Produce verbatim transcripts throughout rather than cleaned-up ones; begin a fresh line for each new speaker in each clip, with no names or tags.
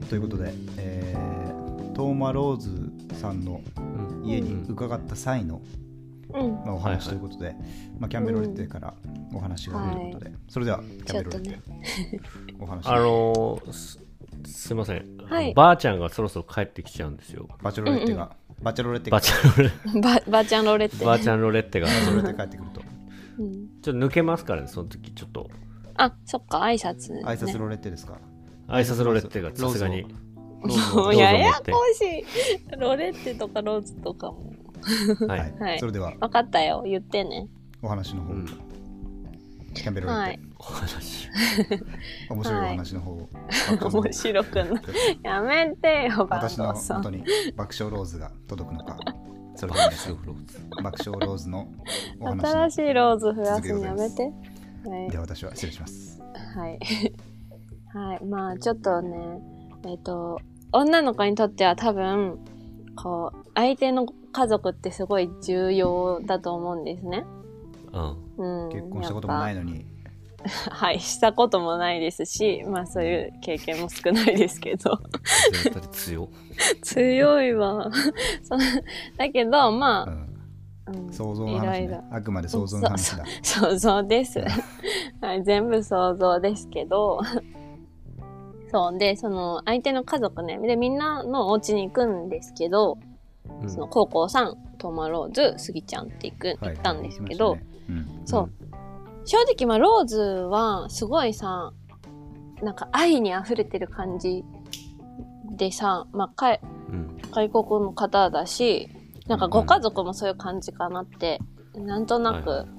ということで、えー、トーマローズさんの家に伺った際の、うんまあ、お話ということで、はいはいまあ、キャンベロレッテからお話があるということで、うん、それではキャンベロレッテ、ね、お話
あのー、す, すいません、はい、ばあちゃんがそろそろ帰ってきちゃうんですよ。
バチェロレッテが、うんうん、バチェロレッテ
がバチャロレ
ババチャンロレッテ
バーチャンロレッテが
バチャロレッテ帰ってくると、
うん、ちょっと抜けますからね、その時ちょっと。
あ、そっか、挨拶、ね、
挨拶ロレッテですか。
挨拶ロレッテがさすがに
もうややこしい。ロレッテとかローズとかも
はい、はい、それでは
分かったよ、言ってね。
お話の方、うん、キャンベロレッテ、はい、
お話
面白いお話の方、
はい、面白くないやめてよ。
私の本当に爆笑ローズが届くのか。それでは爆笑ローズのお話の
新しいローズ増やすのやめて、
はい、では私は失礼します。
はいはい、まあちょっとね、えっと女の子にとっては多分こう相手の家族ってすごい重要だと思うんですね。
うんうん、結婚したこともないのに
はいしたこともないですし、まあそういう経験も少ないですけど
強
強いわだけどまあ、うん
うん、想像の話、ね、いろいろあくまで想像の話だ。
想像です、はい、全部想像ですけどそうで、その相手の家族ね、でみんなのお家に行くんですけど、うん、そのコウコウさん、トーマローズ、スギちゃんって行く、行ったんですけど、はいはいねうん、そう、うん、正直まあローズはすごいさ、なんか愛に溢れてる感じでさ、まあかい、うん、外国の方だし、なんかご家族もそういう感じかなって、うん、なんとなく、はい、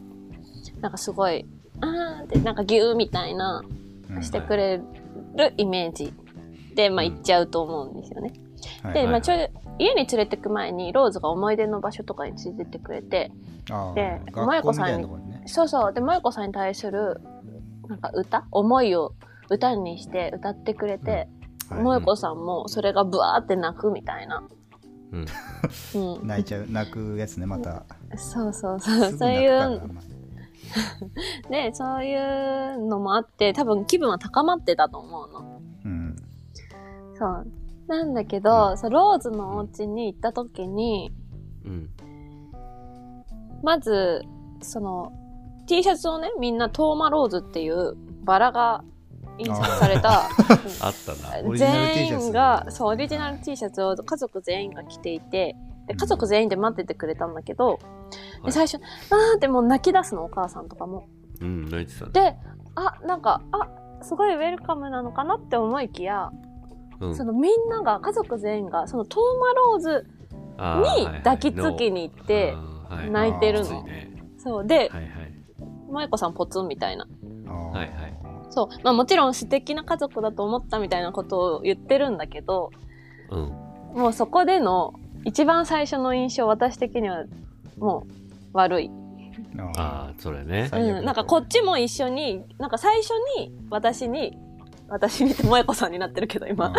なんかすごいあーってなんかギューみたいな、うん、してくれるイメージで、まあ、行っちゃうと思うんですよね。うん、で、まあ、ちょい家に連れてく前にローズが思い出の場所とかに連れてってくれて、で、萌子さんに、ね、そうそう、で萌子さんに対するなんか歌、思いを歌にして歌ってくれて、うんはい、萌子さんもそれがブワーって泣くみたいな。
うんうん、泣いちゃう泣くやつねまた。
そうそうそうそういうでそういうのもあって多分気分は高まってたと思うの。うん、そうなんだけど、うん、そうローズのお家に行った時に、うん、まずその T シャツをねみんなトーマローズっていうバラが印刷された
あったな
全員がそうオリジナル T シャツを家族全員が着ていて、で家族全員で待っててくれたんだけど、うん、で最初あーってもう泣き出すのお母さんとかも、
うん、泣いてたね。
であなんかあすごいウェルカムなのかなって思いきや、うん、そのみんなが家族全員がそのトーマローズに抱きつきに行って泣いてるの、はいはい、そうで、はいはい、萌子さんポツンみたいな、はいはいそうまあ、もちろん素敵な家族だと思ったみたいなことを言ってるんだけど、うん、もうそこでの一番最初の印象私的にはもう悪い。
ああそれね、
うん、なんかこっちも一緒になんか最初に私に私にって萌子さんになってるけど今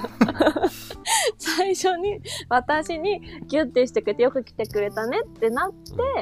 最初に私にギュッてしてくれてよく来てくれたねってなって、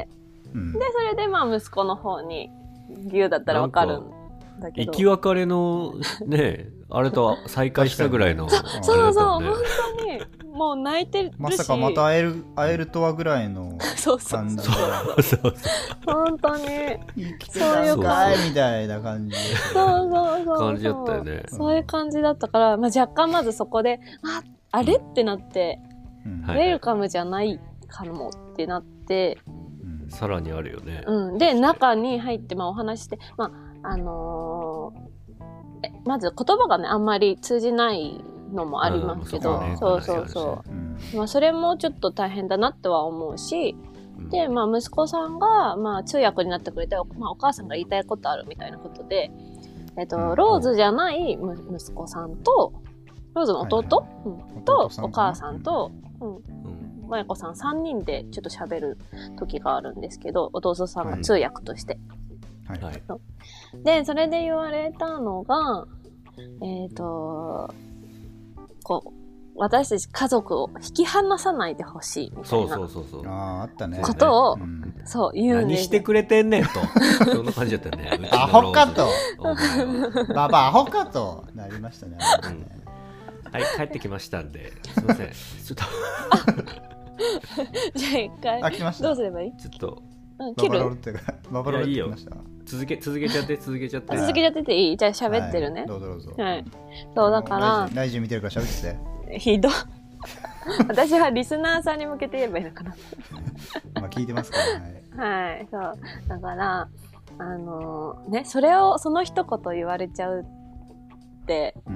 うん、でそれでまあ息子の方にギュッだったらわかるんだけど、
生き別れのねあれと再会したぐらいの、ね、
そうそう本当にもう泣いてるし
まさかまた会える会えるとはぐらいの感じ
そうそうそう本当に
生きてたんかいみたいな感じ
そうそうそう
感じだったよね。
そういう感じだったから、まあ、若干まずそこでああれってなって、うん、ウェルカムじゃないかもってなって、
うん、さらにあるよね、
うん、で中に入ってまあお話してまああのー、まず言葉がねあんまり通じないのもありますけど、うん、そうそうそう、うんまあ、それもちょっと大変だなとは思うし、うん、で、まあ、息子さんが、まあ、通訳になってくれて、まあ、お母さんが言いたいことあるみたいなことで、えっと、うん、ローズじゃない息子さんとローズの弟、はいはいうん、とお母さんと、うんうん、まやこさんさんにんでちょっと喋る時があるんですけど、弟さんが通訳として、はいはい、でそれで言われたのがえっとこう私たち家族を引き離さないでほしいみたいな
そうそうそうそう
ああったね
ことを、
うん、
そう言うんです。
何してくれてんねんとそんな感じだったよね
アホかとババアホかとなりましたね、
はい帰ってきましたんですいませんちょっと
じゃあ一回
あ来ました
どうすればいい？
ちょっと
うん、切る？
ババロルって来ました。
続け続けちゃって続けちゃって
続けちゃってていい？じゃあ喋ってるね、
はい、どうぞどうぞ。
はい、そうだから
ライジン見てるから喋って
てひど私はリスナーさんに向けて言えばいいのかな
まあ聞いてますからね。
はい、そうだからあのー、ねそれをその一言言われちゃうって、うん、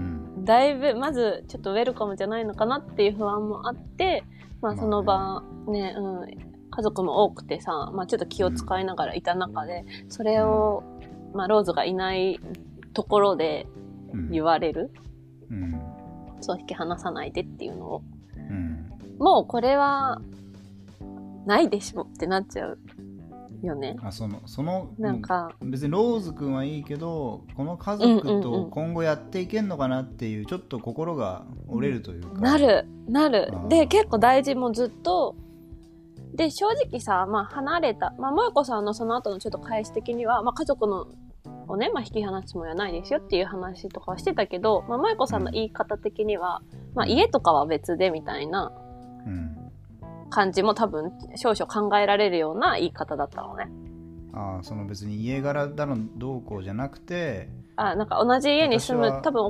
だいぶまずちょっとウェルカムじゃないのかなっていう不安もあって、まあその場、まあ、ね、ね、うん、家族も多くてさ、まあちょっと気を使いながらいた中で、うん、それを、まあローズがいないところで言われる、うん、そう引き離さないでっていうのを、うん、もうこれはないでしょってなっちゃうよね。
あ、そのその
なんか
別にローズくんはいいけどこの家族と今後やっていけんのかなっていう、うんうんうん、ちょっと心が折れるというか、
なるなるで結構大事もずっとで正直さ、まあ、離れた、まあ、萌子さんのその後のちょっと返し的には、まあ、家族のをね、まあ、引き離すつもりはないですよっていう話とかはしてたけど、まあ、萌子さんの言い方的には、うんまあ、家とかは別でみたいな感じも多分少々考えられるような言い方だったのね。
ああ、その別に家柄だのどうこうじゃなくて、
あ、なんか同じ家に住む多分、うん、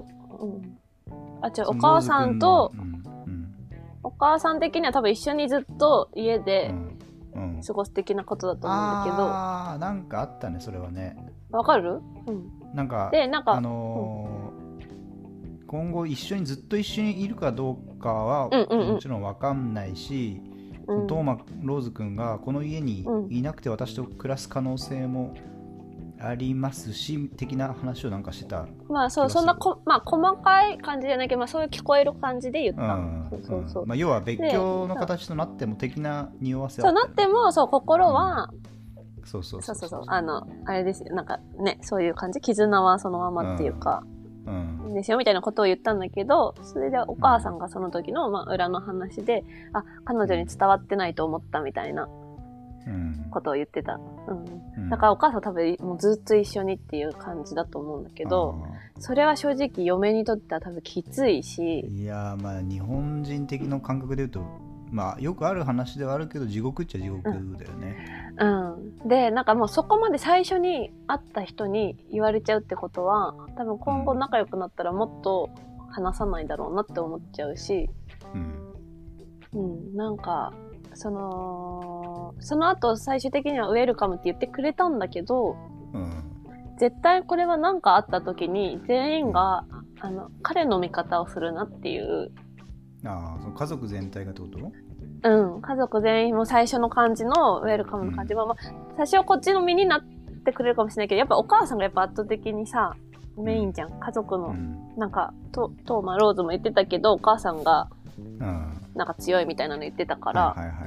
あ、違う、お母さんと、うんお母さん的には多分一緒にずっと家で過ごす的なことだと思うんだけど、うんうん、
あーなんかあったねそれはね。
わかる？うん。
なんか
でなんか、
あのーうん、今後一緒にずっと一緒にいるかどうかは、うんうんうん、もちろんわかんないし、うん、トーマローズくんがこの家にいなくて私と暮らす可能性もありますし的な話をなんかしてた。
まあそうそんなこ、まあ、細かい感じじゃないけど、まあ、そういう聞こえる感じで言った、うん、そうそうそう、
うんまあ、要は別居の形となっても的な匂わせ
はあった、ね、そうなってもそう心は、
うん、そうそうそうそうそう
あのあれですよなんかねそういう感じ絆はそのままっていうか、うんうん、ですよみたいなことを言ったんだけどそれでお母さんがその時の、まあ、裏の話であ彼女に伝わってないと思ったみたいなことを言ってた、うんうん、だからお母さん多分もうずっと一緒にっていう感じだと思うんだけどそれは正直嫁にとっては多分きついし
いやまあ日本人的な感覚で言うとまあよくある話ではあるけど地獄っちゃ地獄だよね、
うんうん、でなんかもうそこまで最初に会った人に言われちゃうってことは多分今後仲良くなったらもっと話さないだろうなって思っちゃうしうん、うん、なんかそのその後最終的にはウェルカムって言ってくれたんだけど、うん、絶対これは何かあった時に全員があの彼の味方をするなっていう
あその家族全体がってこと？
うん家族全員も最初の感じのウェルカムの感じは、うんまあ、最初はこっちの身になってくれるかもしれないけどやっぱお母さんがやっぱ圧倒的にさメインじゃん家族の、うん、なんかトーマローズも言ってたけどお母さんがなんか強いみたいなの言ってたから、はいはいはいはい、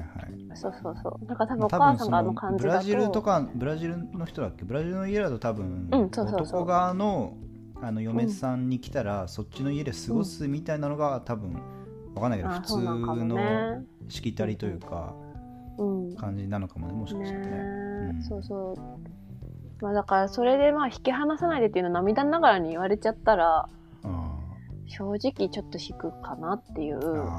そうそうそうなんか多分お母さんがあの感じだとブラジルとか
ブラジルの人だっけブラジルの家だと多分、うん、そうそうそう男側のあの嫁さんに来たら、うん、そっちの家で過ごすみたいなのが多分わかんないけど、うん、普通のしきたりというか、うん、感じなのかもねもしかしたらね、ね
うん、そうそうまあだからそれでまあ引き離さないでっていうのを涙ながらに言われちゃったら、うん、正直ちょっと引くかなっていう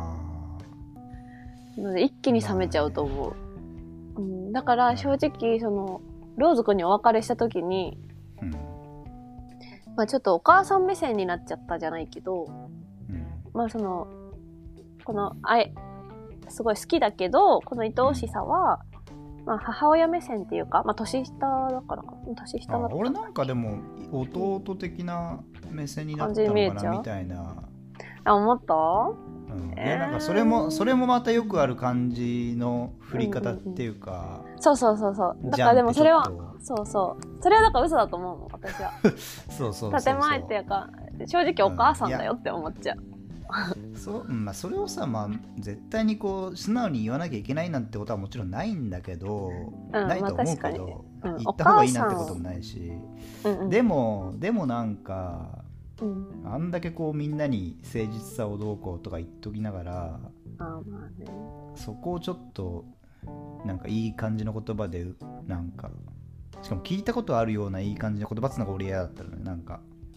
ので一気に冷めちゃうと思う、まあねうん、だから正直そのローズ君にお別れした時に、うんまあ、ちょっとお母さん目線になっちゃったじゃないけど、うん、まあそのこのあいすごい好きだけどこの愛おしさは、まあ、母親目線っていうか、まあ、年下だからか年下だった
俺なんかでも弟的な目線になったのかなみたいな
あ思った、
うんえー、いやなんかそれもそれもまたよくある感じの振り方っていうか、
うんうんうん、そうそうそうそうだからでもそれはそうそうそれはだから嘘だと思うの私は
そうそうそうそう
建前っていうか正直お母さんだよって思っちゃう、
うん、そうまあ、それをさ、まあ、絶対にこう素直に言わなきゃいけないなんてことはもちろんないんだけど、うん、ないと思うけど、まあうん、言った方がいいなんてこともないし、うんうん、でもでもなんかうん、あんだけこうみんなに誠実さをどうこうとか言っときながらあ、まあね、そこをちょっとなんかいい感じの言葉でなんかしかも聞いたことあるようないい感じの言葉ってのが俺嫌だったのねなんか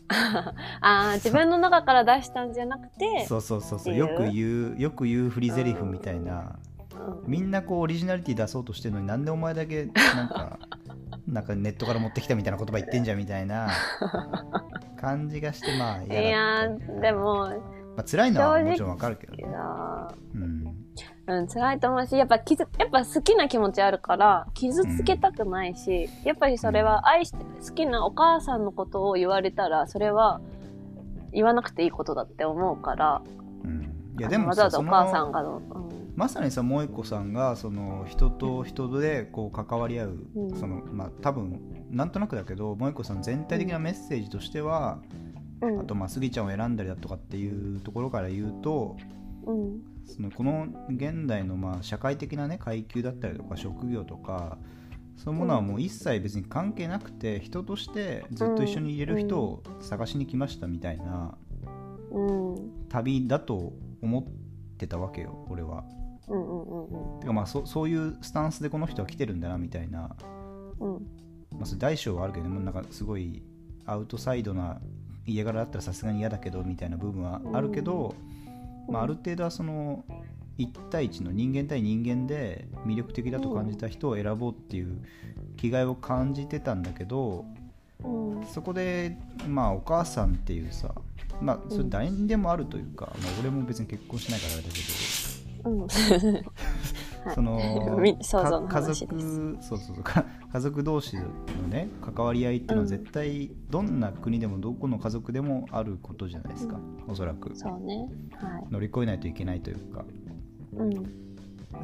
あ自分の中から出したんじゃなくて
そうそうそうそう、よく言うよく言うフリゼリフみたいな、うん、みんなこうオリジナリティ出そうとしてるのになんでお前だけなんかなんかネットから持ってきたみたいな言葉言ってんじゃんみたいな感じがして、まあ嫌だった。いや
でも、
まあ、辛いのはもちろんわかるけど、ね、
うんうん、辛いと思うし、やっぱ傷やっぱ好きな気持ちあるから傷つけたくないし、うん、やっぱりそれは愛して好きなお母さんのことを言われたらそれは言わなくていいことだって思うから、
うん、いやでも
わざわざお母さんが、うん、
まさにさ萌子さんがその人と人でこう関わり合う、うん、そのまあ多分なんとなくだけど萌子さん全体的なメッセージとしては、うん、あとまあスギちゃんを選んだりだとかっていうところから言うと、うん、そのこの現代のまあ社会的なね階級だったりとか職業とかそういうものはもう一切別に関係なくて、うん、人としてずっと一緒にいれる人を探しに来ましたみたいな、うん、旅だと思ってたわけよ俺は。うんうんうんうん、てかまあ そ, そういうスタンスでこの人は来てるんだなみたいな、うんまあ、それ大小はあるけどもなんかすごいアウトサイドな家柄だったらさすがに嫌だけどみたいな部分はあるけど、うんまあ、ある程度はそのいち対いちの人間対人間で魅力的だと感じた人を選ぼうっていう気概を感じてたんだけど、うん、そこでまあお母さんっていうさまあそれ誰にでもあるというか、まあ、俺も別に結婚しないからあれだけどうんその
想像の話です。
家族そうそうそう家族同士のね関わり合いっていうのは絶対どんな国でもどこの家族でもあることじゃないですか、うん、おそらく
そうね、はい、
乗り越えないといけないというか、うん、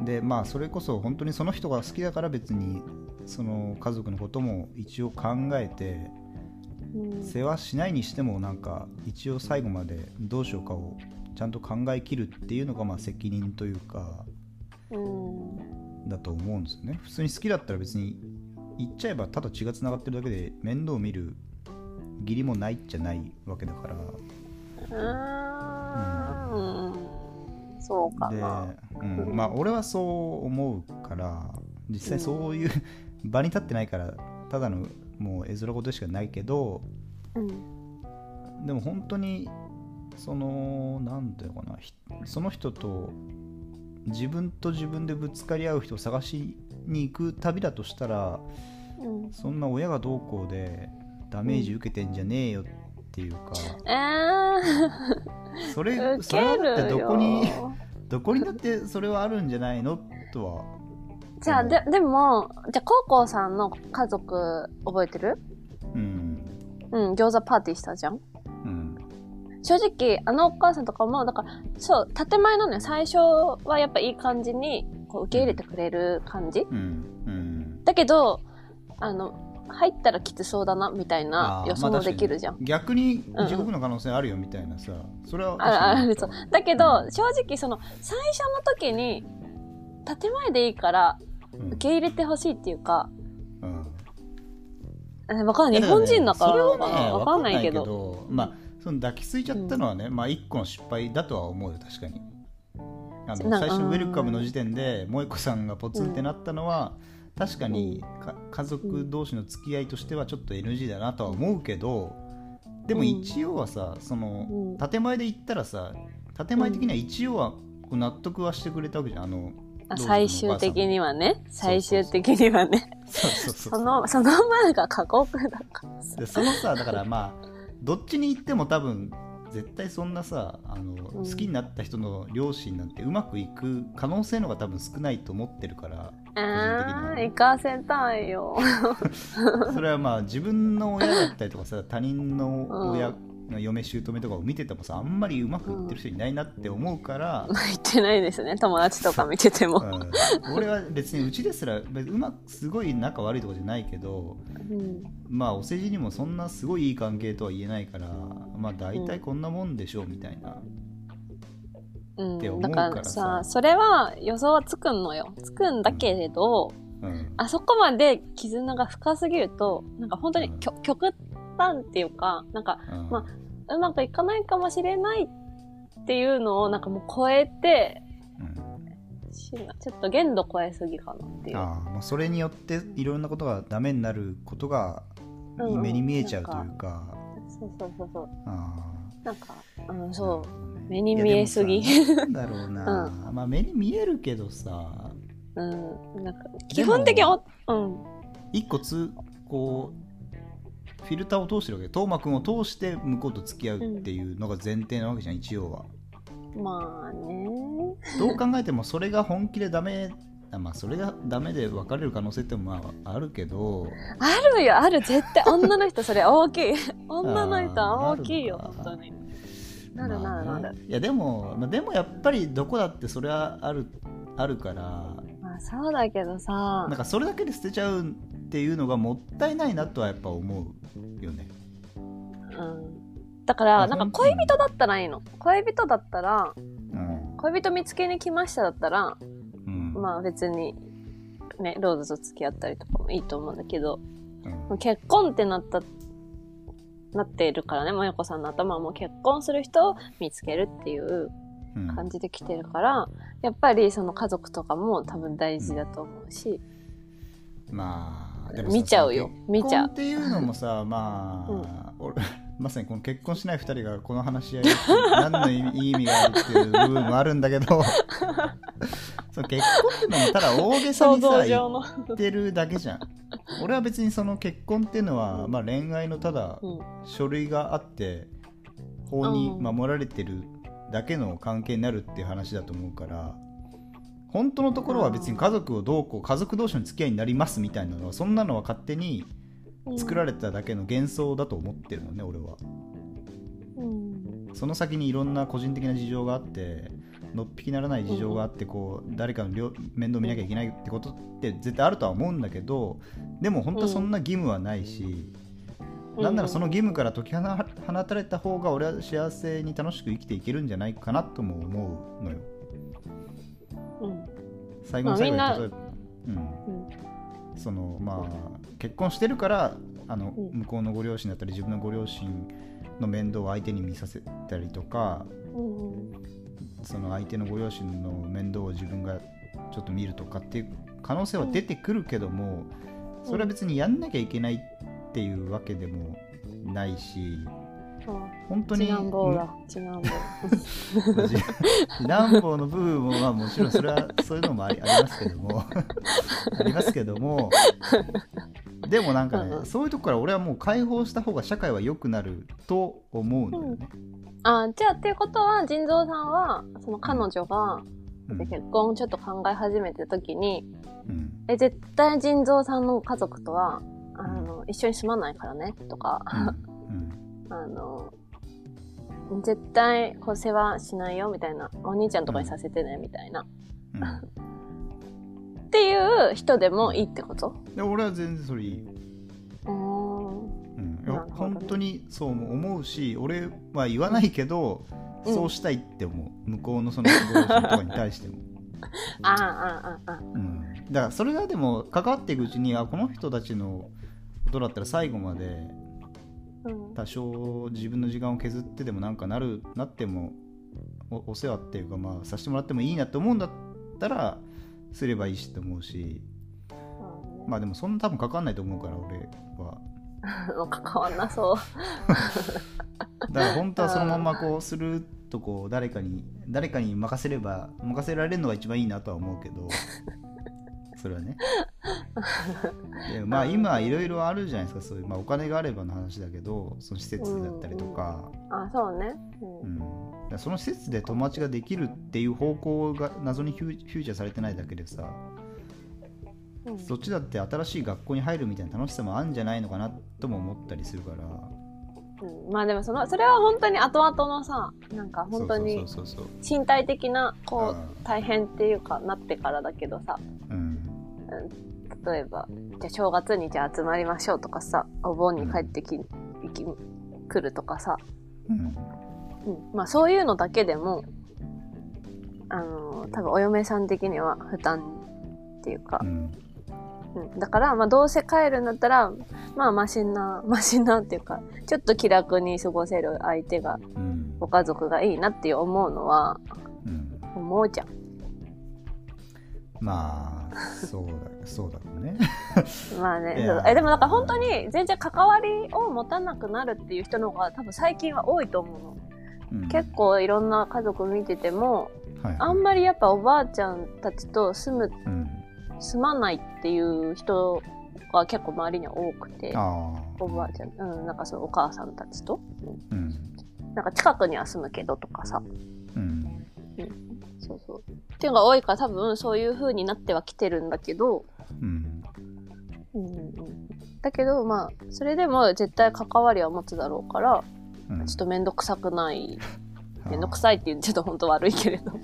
でまあそれこそ本当にその人が好きだから別にその家族のことも一応考えて、うん、世話しないにしてもなんか一応最後までどうしようかをちゃんと考えきるっていうのがまあ責任というか、うん、だと思うんですよね。普通に好きだったら別に言っちゃえばただ血がつながってるだけで面倒を見る義理もないっちゃないわけだから。
うーん、うん、そうかな。
で、うん、まあ俺はそう思うから実際そういう、うん、場に立ってないからただのもう絵面事しかないけど、うん、でも本当にそのなんていうのかなその人と自分と自分でぶつかり合う人を探しに行く旅だとしたら、うん、そんな親がどうこうでダメージ受けてんじゃねえよっていうか、うん、えー、それそれはだってどこにどこにだってそれはあるんじゃないのとは。
じゃあででもじゃあコウコウさんの家族覚えてる？うんうん餃子パーティーしたじゃん。正直あのお母さんとかもだからそう建前なのよ。最初はやっぱいい感じにこう受け入れてくれる感じ、うんうん、だけどあの入ったらきつそうだなみたいな予想もできるじゃん、まあ、
逆に地獄の可能性あるよみたいなさ、うん、それは
ああるそうだけど、うん、正直その最初の時に建前でいいから受け入れてほしいっていうか、うんうん、分かんない日本人だから分かんない、ね、分かんないけど
まあその抱きついちゃったのはね、うん、まあ一個の失敗だとは思うよ確かに。あの最初のウェルカムの時点で萌子さんがポツンってなったのは、うん、確かにか家族同士の付き合いとしてはちょっと エヌジー だなとは思うけど、でも一応はさその建前で言ったらさ建前的には一応は納得はしてくれたわけじゃん。あの
最終的にはね最終的にはねそのその前が過酷だからさ
でそのさだからまあどっちに行っても多分絶対そんなさあの、うん、好きになった人の両親なんてうまくいく可能性のが多分少ないと思ってるから
あー行かせたいよ
それはまあ自分の親だったりとかさ他人の親、うん、嫁姑とかを見ててもさあんまりうまくいってる人いないなって思うから、
うん、言ってないですね友達とか見てても、
うん、俺は別にうちですらうまくすごい仲悪いとかじゃないけど、うん、まあお世辞にもそんなすごいいい関係とは言えないからまあ大体こんなもんでしょうみたいな、
うん、って思うからさ、だからさそれは予想はつくのよつくんだけれど、うん、あそこまで絆が深すぎるとなんか本当に、うん、極端っていうかなんか、うんまあ、うまくいかないかもしれないっていうのをなんかもう超えて、うん、ちょっと限度超えすぎかなっていう。
ああ、もうそれによっていろんなことがダメになることが目に見えちゃうというか、
そそうそうそうそう。
あ
なんか、うん、そう、ね、目に見えすぎ。
なんだろうな、うん、まあ目に見えるけどさ、
うん、なんか基本的にお、うん、
一個つこうフィルターを通してるわけで、トーマくんを通して向こうと付き合うっていうのが前提なわけじゃん、一応は。
まあね。
どう考えてもそれが本気でダメ、まあそれがダメで別れる可能性ってもまああるけど。
あるよ、ある、絶対。女の人それ大きい。女の人は大きいよ、本当に。なるなるなる、
まあね、いやでも、まあ、でもやっぱりどこだってそれはあるあるから。
まあそうだけどさ、
なんかそれだけで捨てちゃうっていうのがもったいないなとはやっぱ思うよね。
うん。だからなんか恋人だったらいいの。恋人だったら、うん、恋人見つけに来ましただったら、うん、まあ別にねローズと付き合ったりとかもいいと思うんだけど、うん、結婚ってなったなっているからね、もよこさんの頭はもう結婚する人を見つけるっていう感じで来てるから、うん、やっぱりその家族とかも多分大事だと思うし、
うん、まあでも
見ちゃうよ、見ちゃう
っていうのもさ、まあ、うん、俺まさにこの結婚しないふたりがこの話し合い何の意味があるっていう部分もあるんだけどその結婚っていうのもただ大げさにさ言ってるだけじゃん。俺は別にその結婚っていうのは、まあ、恋愛のただ書類があって法に守られてるだけの関係になるっていう話だと思うから、本当のところは別に家族をどうこう家族同士の付き合いになりますみたいなのは、そんなのは勝手に作られただけの幻想だと思ってるのね、俺は。その先にいろんな個人的な事情があって、のっぴきならない事情があって、こう誰かの面倒見なきゃいけないってことって絶対あるとは思うんだけど、でも本当はそんな義務はないし、うん、なんならその義務から解き放たれた方が俺は幸せに楽しく生きていけるんじゃないかなとも思うのよ、うん、最後の最後に例えば、うんうん、そのまあ結婚してるからあの、うん、向こうのご両親だったり自分のご両親の面倒を相手に見させたりとか、うんうん、その相手のご両親の面倒を自分がちょっと見るとかっていう可能性は出てくるけども、うん、それは別にやんなきゃいけないっていうわけでもないし、うん、本当に次男坊だ次男坊次男坊の部分もまあもちろんそれはそういうのもあり、ありますけどもありますけどもでもなんかね、うん、そういうとこから俺はもう解放した方が社会は良くなると思うんだよね、うん、
あ、じゃあっていうことは腎臓さんはその彼女が、うん、結婚をちょっと考え始めた時に、うん、え絶対腎臓さんの家族とはあの、うん、一緒に住まないからねとか、うんうん、あの絶対こう世話しないよみたいな、お兄ちゃんとかにさせてねみたいな、うん、っていう人でもいいってこと？
で俺は全然それいいよ。うん、いや本当にそう思うし、俺は言わないけど、うん、そうしたいって思う、向こうのそのご両親とかに対しても
ああああああ、
うん、だからそれがでも関わっていくうちに、あこの人たちのことだったら最後まで多少自分の時間を削ってでもなんかなるなっても お, お世話っていうかまあさせてもらってもいいなって思うんだったらすればいいしって思うし、うん、まあでもそんな多分関わんないと思うから俺は
関わんなそう
だから本当はそのままこうするとこう誰かに誰かに任せれば任せられるのが一番いいなとは思うけどそれはねでまあ今いろいろあるじゃないですか、そういう、まあ、お金があればの話だけど、その施設だったりとか、
うん、あそうね、うん
うん、だからその施設で友達ができるっていう方向が謎にフューチャーされてないだけでさ、うん、そっちだって新しい学校に入るみたいな楽しさもあるんじゃないのかなとも思ったりするから、
うん、まあでもそのそれは本当に後々のさ、なんか本当に身体的なこう大変っていうかなってからだけどさ、うん、例えばじゃあ正月にじゃあ集まりましょうとかさ、お盆に帰ってき、うん、き来るとかさ、うんうん、まあそういうのだけでもあの多分お嫁さん的には負担っていうか、うんうん、だからまあどうせ帰るんだったらまあマシなマシなっていうかちょっと気楽に過ごせる相手が、うん、ご家族がいいなって思うのは、うん、思うじゃん。
まあそうだそうだろうね
まあねえでもなんか本当に全然関わりを持たなくなるっていう人の方が多分最近は多いと思うの、うん、結構いろんな家族見てても、はいはい、あんまりやっぱおばあちゃんたちと住む、うん、住まないっていう人が結構周りには多くて、おばあちゃん、うん、なんかそのお母さんたちと、うん、なんか近くには住むけどとかさ、うんうん、そうそうっていうのが多いから多分そういう風になってはきてるんだけど、うんうんうん、だけどまあそれでも絶対関わりは持つだろうから、うん、ちょっとめんどくさくないめんどくさいっていうちょっと本当悪いけれど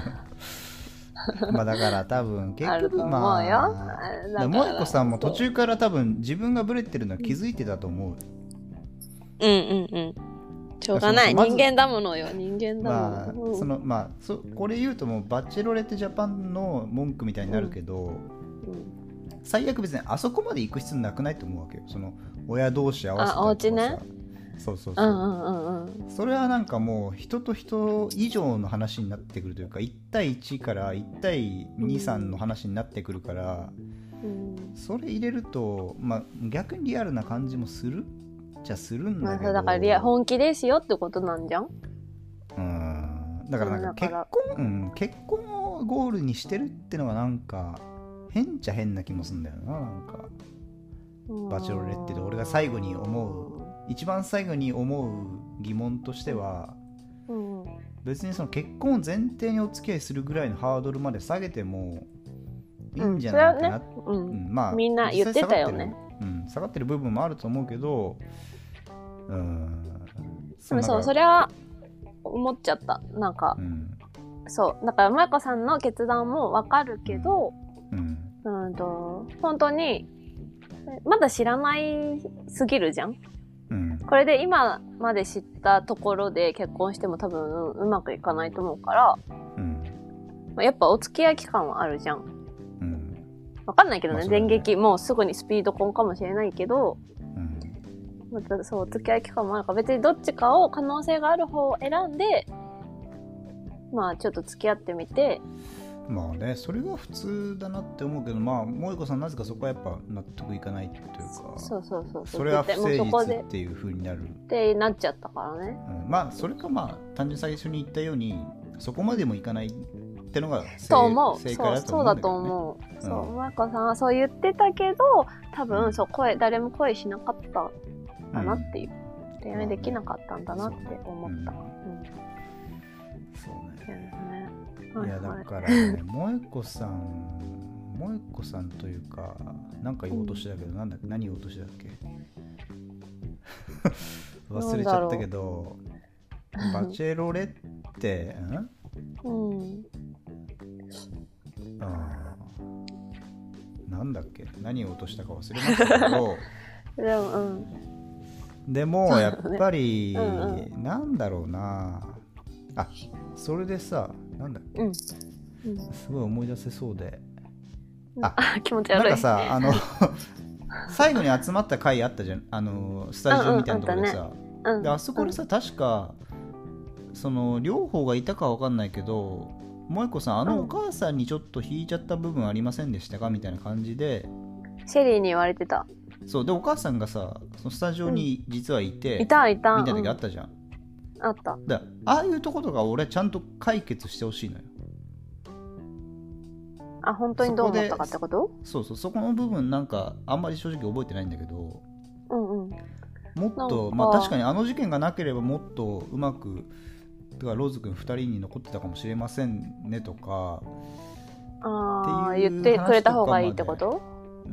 まあだから多分結局まあ萌子さんも途中から多分自分がブレてるのは気づいてたと思う。
うんうんうんしょうがない、ま、人間だものよ人間だもの、まあ
うん、そのまあそこれ言うともうバチェロレッテジャパンの文句みたいになるけど、うんうん、最悪別にあそこまで行く必要なくないと思うわけよ。その親同士合わせたりとかさ、あお家ねそうそうそう、うんうんうん、それはなんかもう人と人以上の話になってくるというかいち対いちからいち対に、さんの話になってくるから、うん、それ入れると、まあ、逆にリアルな感じもするじゃするんだけど、まあ、
だからリア本気ですよってことなんじゃん。
うんだからなんか結婚、うん、結婚をゴールにしてるってのがなんか変っちゃ変な気もするんだよな。なんかバチェロレッテで俺が最後に思う一番最後に思う疑問としては、うん、別にその結婚を前提にお付き合いするぐらいのハードルまで下げてもいいんじゃないかな、うん
うんうん、まあみんな言ってたよね、
うん、下がってる部分もあると思うけど、うん、
でもそうそれは思っちゃったなんか、うん、そうだから萌子さんの決断もわかるけど、うんうん、と本当にまだ知らないすぎるじゃん。うん、これで今まで知ったところで結婚しても多分うまくいかないと思うから、うんまあ、やっぱお付き合い期間はあるじゃん、うん、分かんないけどね、まあ、電撃もうすぐにスピード婚かもしれないけど、うんまたそうお付き合い期間もあるから別にどっちかを可能性がある方を選んでまあちょっと付き合ってみて
まあね、それが普通だなって思うけど、まあ萌子さんなぜかそこはやっぱ納得いかないというか、
そうそうそう
それは不誠実っていう風になる
ってなっちゃったからね、
うん、まあそれかまあ単純に最初に言ったようにそこまでもいかないってのが
と思う
正解だと思うんだけどね。そう、そうだと思う、うん、そう
萌子さんはそう言ってたけど多分そう声誰も声しなかったんだなっていう、うん、恋愛できなかったんだなって思った、まあねうんうん、
そうねいやだからね、萌子さん、萌子さんというか、なんか言おうとしてたけど、うん、なんだっけ、何言おうとしてたっけ忘れちゃったけど、バチェロレッテ、んうん、あなんだっけ、何言おうとしたか忘れましたけど、
でも、うん、
でもやっぱり、うんうん、なんだろうな、あ、それでさ、なんだっけ、うんうん、すごい思い出せそうで、
あ、気持ち悪い。
なんかさ、あの最後に集まった回あったじゃん、あのスタジオみたいなところでさ、うんうん、であそこでさ、うん、確かその両方がいたかわかんないけど、萌子さんあのお母さんにちょっと引いちゃった部分ありませんでしたかみたいな感じで
シェリーに言われてた。
そうでお母さんがさそのスタジオに実はいて、うん、
いたいた
みたいな時あったじゃん、
あった
だああいうとことか俺ちゃんと解決してほしいのよ。
あ、本当にどう思ったかってこと？
そうそう、そこの部分なんかあんまり正直覚えてないんだけど、うんうん、もっとまあ確かにあの事件がなければもっとうまくてかローズ君ふたりに残ってたかもしれませんねとか、
ああ言ってくれた方がいいってこと？うん、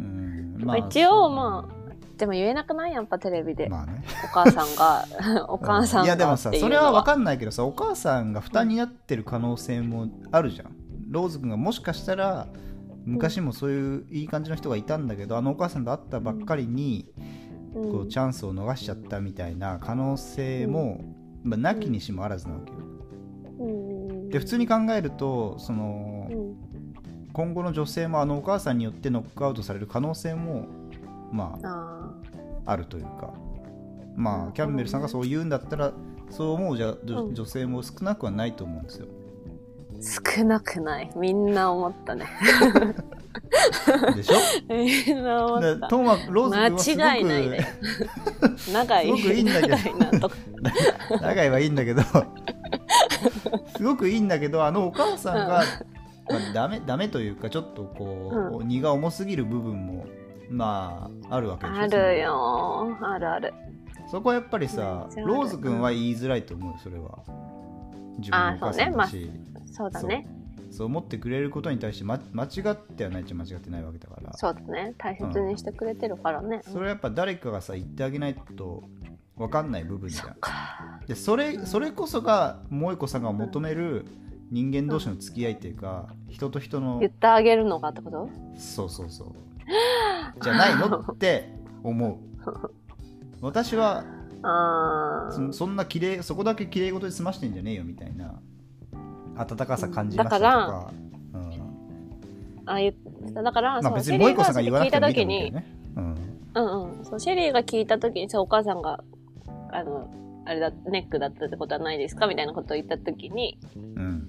まあ、一応まあでも言えなくないやっぱテレビで、まあね、お母さんがお母さんが、うん、いや
でもさそれは分かんないけどさ、お母さんが負担になってる可能性もあるじゃん。ローズ君がもしかしたら昔もそういういい感じの人がいたんだけど、うん、あのお母さんと会ったばっかりに、うん、こうチャンスを逃しちゃったみたいな可能性も、うんまあ、なきにしもあらずなわけよ、うん、で普通に考えるとその、うん、今後の女性もあのお母さんによってノックアウトされる可能性もまあ あ, あるというか、まあキャンベルさんがそう言うんだったらそう思うじゃ、うん、女性も少なくはないと思うんですよ。
少なくない。みんな思ったね。
でしょ。
みんな思った。
トーマローズ君はすごく
間違いないね。長い。
すごくいいんだけど。
長いなとか。
長いはいいんだけど、すごくいいんだけど、あのお母さんが、まあ、ダメダメというかちょっとこう、うん、荷が重すぎる部分もまああるわけでしょ。
あるよ。あるある。
そこはやっぱりさ、ローズ君は言いづらいと思うよ、それは。自分のお母さんだし、
あ、そうね、まあ、そうだね。
そう、そう思ってくれることに対して、ま、間違ってはないっちゃ間違ってないわけだから。
そうだね、大切にしてくれてるからね、
うん、それはやっぱ誰かがさ言ってあげないと分かんない部分じゃん。でそれそれこそが萌子さんが求める人間同士の付き合いっていうか、うん、人と人の
言ってあげるのかってこと？
そうそうそうじゃないのって思う。私は
あ
そ, そんな綺麗そこだけ綺麗事で済ましてんじゃねえよみたいな温かさ感じましたとか、だから、うん、
あ言だから、
まあ、別に萌子さんが言わなくてもいいと思うけどね。
うんうんうん、そうシェリーが聞いた時にさ、お母さんがあのあれだネックだったってことはないですかみたいなことを言った時に、うん、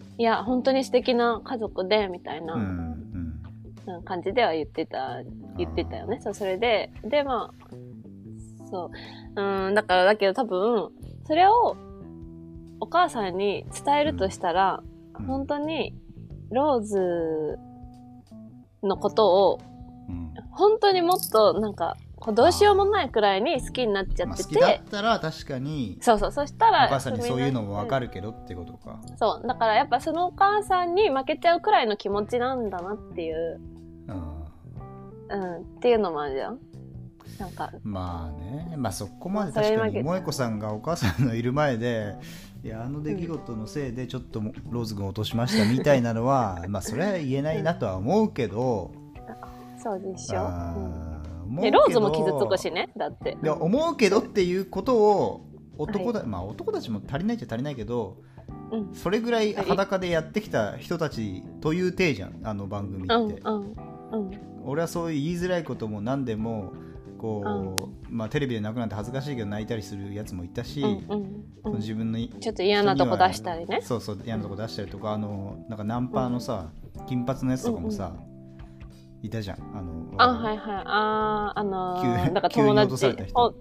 いや本当に素敵な家族でみたいな、うんうん、感じでは言ってた言ってたよね。そうそれででまあそううんだからだけど多分それをお母さんに伝えるとしたら、うん、本当にローズのことを、うん、本当にもっとなんかどうしようもないくらいに好きになっちゃってて、まあ、好き
だったら確かに
そうそうそしたら
お母さんにそういうのも分かるけどってことか、
うん、そうだからやっぱそのお母さんに負けちゃうくらいの気持ちなんだなっていう、うん、うん、っていうのもあるじゃん。なんか
まあね、まあそこまで確かに萌子さんがお母さんのいる前でいやあの出来事のせいでちょっとローズ君を落としましたみたいなのはまあそれは言えないなとは思うけど、
うん、そうでしょ、うん、でローズも傷つくしね。だって
いや思うけどっていうことを男だ、はい、まあ男たちも足りないっちゃ足りないけど、うん、それぐらい裸でやってきた人たちという体じゃんあの番組って、うんうんうん、俺はそういう言いづらいことも何でもこう、うんまあ、テレビで泣くなんて恥ずかしいけど泣いたりするやつもいたし、うんうんうん、自分の
ちょっと嫌なとこ出したりね。
そうそう嫌なとこ出したりとか、あのなんかナンパのさ、うん、金髪のやつとかもさ、うんうん、いたじゃん。あの
あはいはいああのー、なんか友達急に落とされた人友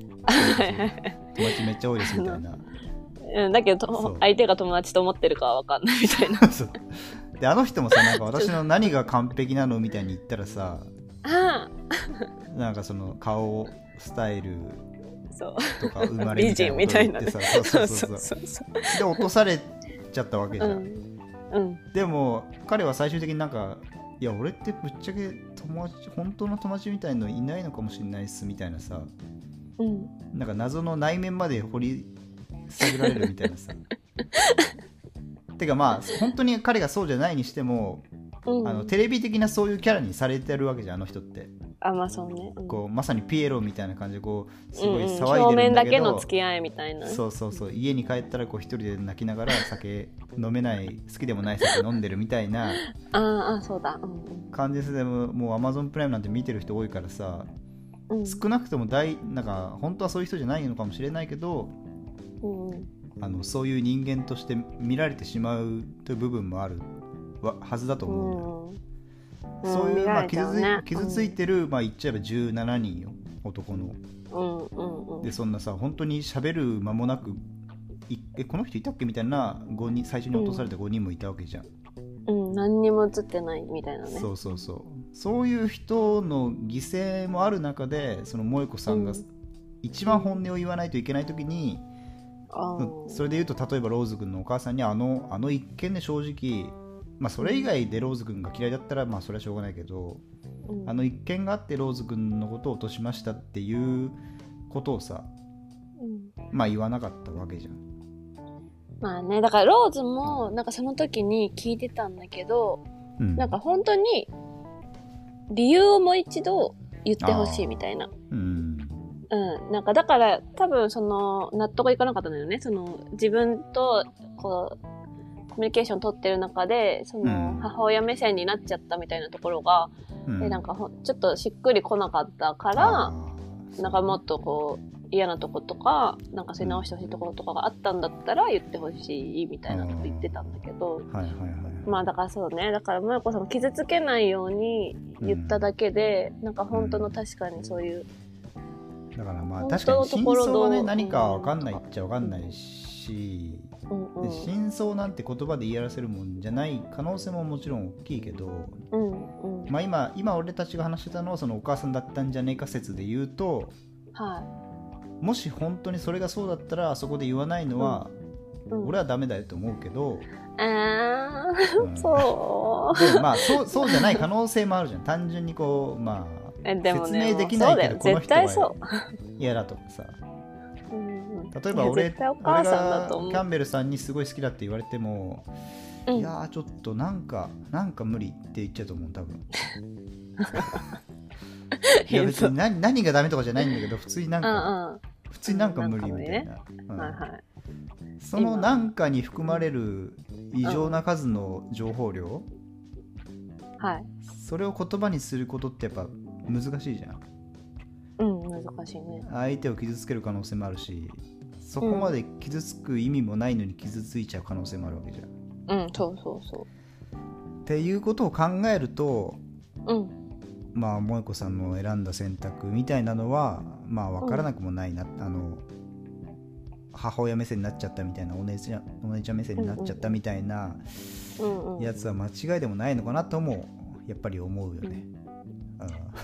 達めっちゃ多いですみたいな
うん、だけど相手が友達と思ってるかは分かんないみたいな
そうであの人もさなんか私の何が完璧なのみたいに言ったらさなんかその顔スタイルとか生まれみたいなこと言ってさそうそうそうそうで落とされちゃったわけじゃん、うんうん、でも彼は最終的になんかいや俺ってぶっちゃけ友達本当の友達みたいのいないのかもしれないっすみたいなさ、うん、なんか謎の内面まで掘り下げられるみたいなさてかまあ本当に彼がそうじゃないにしても、うん、あのテレビ的なそういうキャラにされてるわけじゃんあの人って。
あまあそうね、うん、
こうまさにピエロみたいな感じでこうすごい騒いでるんだけど、
うんうん、表面だけの付き合いみたいな。
そうそうそう家に帰ったらこう一人で泣きながら酒飲めない好きでもない酒飲んでるみたいな
ああそうだ、うん、
感じでももう Amazon プライムなんて見てる人多いからさ、うん、少なくとも大なんか本当はそういう人じゃないのかもしれないけど、うん、あのそういう人間として見られてしまうという部分もあるはずだと思うんだよ、うんそういう、まあ、傷つい、ね、傷ついてる、まあ、言っちゃえばじゅうななにんよ男の、うんうんうん、でそんなさ本当に喋る間もなくえこの人いたっけみたいなごにん最初に落とされたごにんもいたわけじゃん、
うんうん、何にも映ってないみたいなね。
そうそうそうそういう人の犠牲もある中でその萌子さんが一番本音を言わないといけない時に、うん、それで言うと例えばローズ君のお母さんにあの、あの一件で正直まあ、それ以外でローズ君が嫌いだったらまあそれはしょうがないけど、うん、あの一件があってローズ君のことを落としましたっていうことをさ、うん、まあ言わなかったわけじゃん。
まあねだからローズもなんかその時に聞いてたんだけど、うん、なんか本当に理由をもう一度言ってほしいみたいな。うん、うん、なんかだから多分その納得いかなかったんだよね。その自分とこうコミュニケーション取ってる中でその母親目線になっちゃったみたいなところが、うん、でなんかほちょっとしっくりこなかったからなんかもっとこう嫌なとことかなんかそういう直してほしいところとかがあったんだったら言ってほしいみたいなこと言ってたんだけど、はいはいはい、 まあだからそうね、だから萌子さんも傷つけないように言っただけで、うん、なんか本当の確かにそういう、
うん、だからまあ確かに真相はね何か分かんないっちゃ分かんないし、うんうん、で真相なんて言葉で言い表せるもんじゃない可能性ももちろん大きいけど、うんうん、まあ今今俺たちが話してたのはそのお母さんだったんじゃねえか説で言うと、はい、もし本当にそれがそうだったらあそこで言わないのは、うん、俺はダメだよと思うけど、
あー、うん、そう
でもまあそうそうじゃない可能性もあるじゃん。単純にこうまあでも、ね、説明できないけどこの人は嫌だとかさ、うん、例えば 俺, 俺がキャンベルさんにすごい好きだって言われても、うん、いやーちょっとなんかなんか無理って言っちゃうと思う多分いや別に 何, 何がダメとかじゃないんだけど普通になんか、うんうん、普通になんか無理みたいな、うんはいはい、そのなんかに含まれる異常な数の情報量、はい、それを言葉にすることってやっぱ難しいじゃん。
うん難しいね。
相手を傷つける可能性もあるし、そこまで傷つく意味もないのに傷ついちゃう可能性もあるわけじゃん。
うんそうそうそう。
っていうことを考えると、うん、まあ萌子さんの選んだ選択みたいなのはまあ分からなくもないな、うん、あの母親目線になっちゃったみたいなお姉ちゃん、お姉ちゃん目線になっちゃったみたいなやつは間違いでもないのかなともやっぱり思うよね、
うん、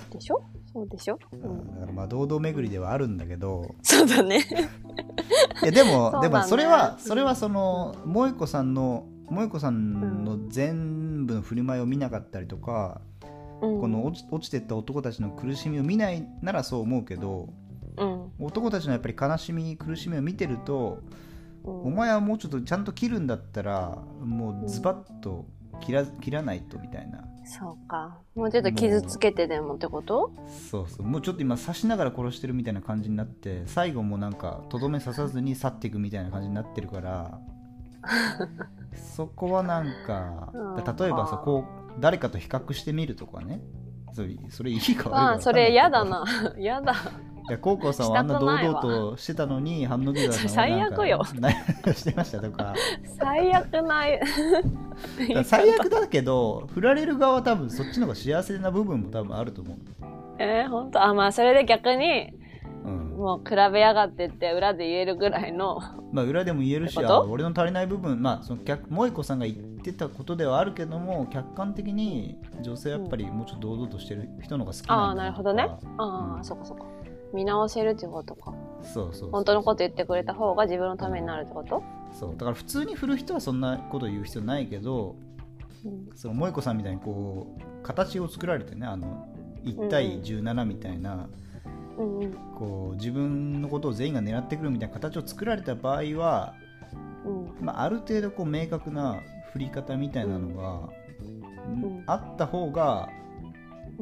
でしょそうでしょ、うん、
だからまあ堂々巡りではあるんだけど、
そうだね
いやでも、ね、でもそれはそれはその萌子さんの萌子さんの全部の振る舞いを見なかったりとか、うん、この落ち、落ちてった男たちの苦しみを見ないならそう思うけど、うん、男たちのやっぱり悲しみ苦しみを見てると、うん、お前はもうちょっとちゃんと切るんだったらもうズバッと切ら、切らないとみたいな。
そうか、もうちょっと傷つけてでもってこと？
そうそう、もうちょっと今刺しながら殺してるみたいな感じになって、最後もなんかとどめ刺さずに去っていくみたいな感じになってるからそこはなんか例えばさ、こう誰かと比較してみるとかね、それ、それいいか悪いか分かんないけど、あ
それ嫌だな嫌だ。
いやコウコさんはあんな堂々としてたのにハンノギザさんはなんか最悪よしてましたとか
最悪ない
最悪だけど振られる側は多分そっちの方が幸せな部分も多分あると思う。
えー、本当あまあそれで逆に、うん、もう比べやがってって裏で言えるぐらいの
まあ裏でも言えるし、あ俺の足りない部分、まあその萌子さんが言ってたことではあるけども、客観的に女性やっぱりもうちょっと堂々としてる人の方が好きなんだとか、
ああなるほどね、ああ、うん、そっかそっか、見直せるってことか。
そうそうそうそう、
本当のこと言ってくれた方が自分のためになるってこと、
うん、そうだから普通に振る人はそんなこと言う必要ないけど、うん、その萌子さんみたいにこう形を作られてね、あのいち対じゅうななみたいな、うんうん、こう自分のことを全員が狙ってくるみたいな形を作られた場合は、うんまあ、ある程度こう明確な振り方みたいなのが、うんうん、あった方が、うん、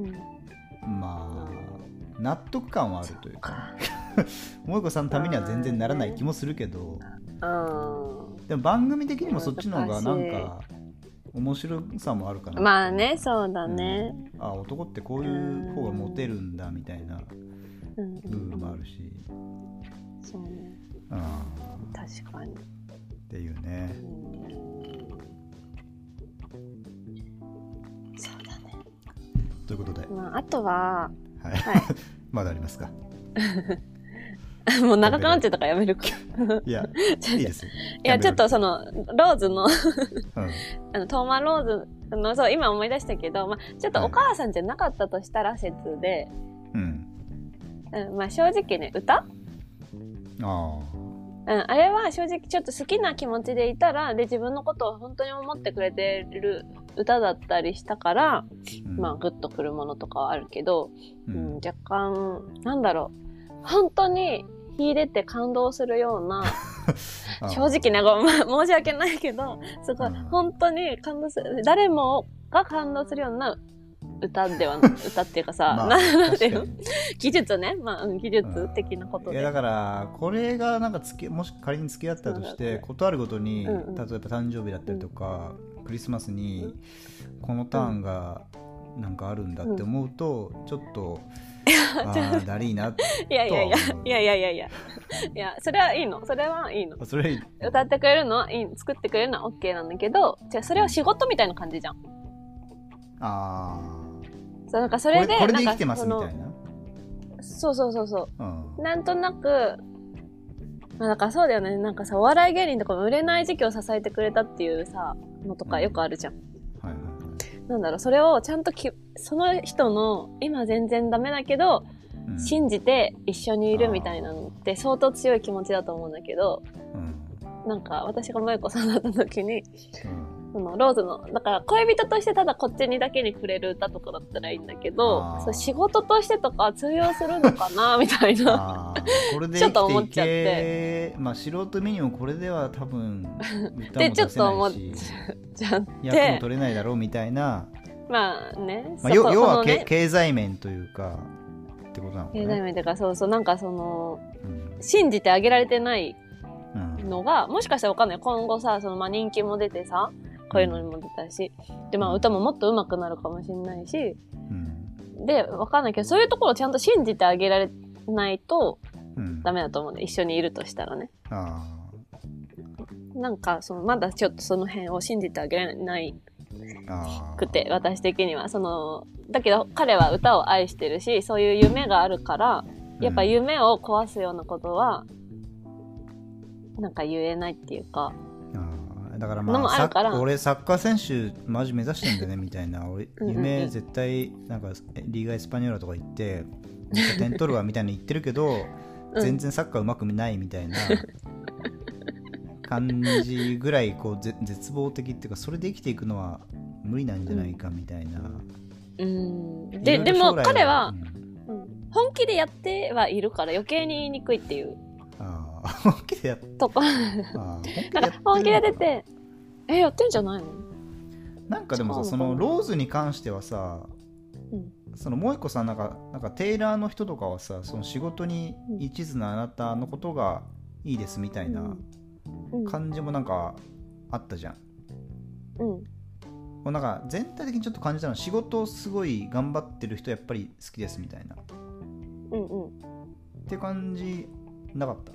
まあ納得感はあるというか萌子さんのためには全然ならない気もするけど、でも番組的にもそっちの方がなんか面白さもあるかな。
まあね、そうだね、
うん、あ男ってこういう方がモテるんだみたいな部分もあるし、
うんうん、そうね、
あ
確かに
っていうね、うん、
そうだね。
ということで、
まあ、あとは
はいはい、まだありますか
もう長くなっちゃったからやめるか
いやいいですよ
いやちょっとそのローズの、うん、あのトーマローズのそう今思い出したけど、まあ、ちょっとお母さんじゃなかったとしたら説で、うんうん、まあ正直ね歌あうん、あれは正直ちょっと好きな気持ちでいたらで自分のことを本当に思ってくれてる歌だったりしたから、うん、まあグッとくるものとかはあるけど、うんうん、若干なんだろう本当に秀でて感動するような正直ねごめん申し訳ないけどすごい本当に感動する誰もが感動するような歌では歌っていうかさ、まあ、なんていうの技術ね、まあ、技術的なことで、
いやだからこれがなんかつけもし仮に付き合ったとしてことあるごとに、うんうん、例えば誕生日だったりとか、うん、クリスマスにこのターンがなんかあるんだって思うと、うん、ちょっとあーだりーなと
いやいやいやいやいやいやいやいやそれはいいの、それはいいの、
それいい、
歌ってくれるのはいい、作ってくれるのは OK なんだけど、じゃあそれは仕事みたいな感じじゃん。
ああ、
そうなんかそれで
これ、これで生きてますみたいな。
そうそうそうそう、
うん、
なんとなく、まあ、だからそうだよね、なんかさお笑い芸人とかも売れない時期を支えてくれたっていうさのとかよくあるじゃん、うん、
はいはい、
なんだろう、それをちゃんときその人の今全然ダメだけど、うん、信じて一緒にいるみたいなのって相当強い気持ちだと思うんだけど、うん、なんか私が萌子さんだった時に、うん、そのローズのだから恋人としてただこっちにだけに触れる歌とかだったらいいんだけど、そう仕事としてとか通用するのかなみたいな
これで
ちょっと思っちゃって、
まあ素人目にもこれでは多分歌
で
も出せないし
ちゃって
役も取れないだろうみたいな、
まあね、
まあ、要は、ね、経済面というかってことなのかな。
経済面というか、そうそう、なんかその、うん、信じてあげられてないのが、うん、もしかしたらわかんない、今後さ、そのまあ人気も出てさ、こういうのにも出たし、うん、でまあ歌ももっと上手くなるかもしれないし、うん、でわかんないけど、そういうところをちゃんと信じてあげられないとダメだと思うんで、一緒にいるとしたらね。あ、なんかそのまだちょっとその辺を信じてあげられないくて、私的にはそのだけど彼は歌を愛してるし、そういう夢があるからやっぱ夢を壊すようなことはなんか言えないっていうか、
あ、だからまああから俺サッカー選手マジ目指してんだよねみたいな、俺夢絶対なんかリーガエスパニョーラとか行って点取るわみたいな言ってるけど、うん、全然サッカーうまくないみたいな感じぐらいこう絶望的っていうか、それで生きていくのは無理なんじゃないかみたいな、
うん、で, でも彼は、うんうん、本気でやってはいるから余計に言いにくいっていう、
あ本気でやって
とか本気でやってて、えやってんじゃないの。
なんかでもさ、そのローズに関してはさ、うん、その萌子さんなんかなんかテイラーの人とかはさ、その仕事に一途なあなたのことがいいですみたいな感じもなんかあったじゃん。うん、なんか全体的にちょっと感じたのは、仕事をすごい頑張ってる人やっぱり好きですみたいな、うんうん、って感じなかった。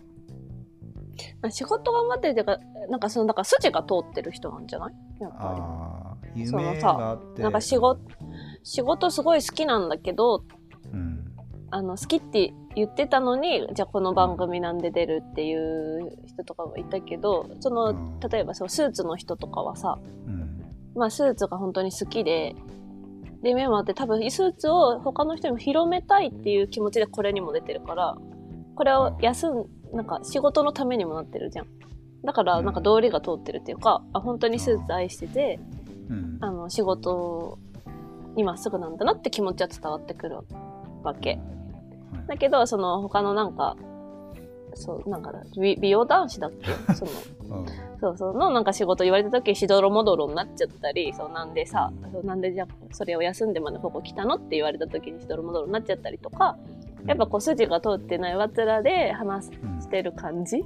仕事頑張ってるっていうか、なんかそのだから筋が通ってる人なんじゃない？やっぱり。
あー、夢があって、
なんか仕事仕事すごい好きなんだけど、うん、あの好きって言ってたのに、じゃあこの番組なんで出るっていう人とかもいたけど、その、うん、例えばそのスーツの人とかはさ、うん、まあスーツが本当に好きで、で夢もあって、多分スーツを他の人にも広めたいっていう気持ちでこれにも出てるから、これを休んなんか仕事のためにもなってるじゃん。だからなんか道理が通ってるっていうか、あ本当にスーツ愛してて、うん、あの仕事にまっすぐなんだなって気持ちは伝わってくるわけ。だけどその他のなんかそうなんか美, 美容男子だっけそのそうそうのなんか仕事言われた時しどろもどろになっちゃったり、そうなんでさ、そうなんでじゃそれを休んでまでここ来たのって言われた時にしどろもどろになっちゃったりとか、やっぱこう筋が通ってないわつらで話してる感じ、うん、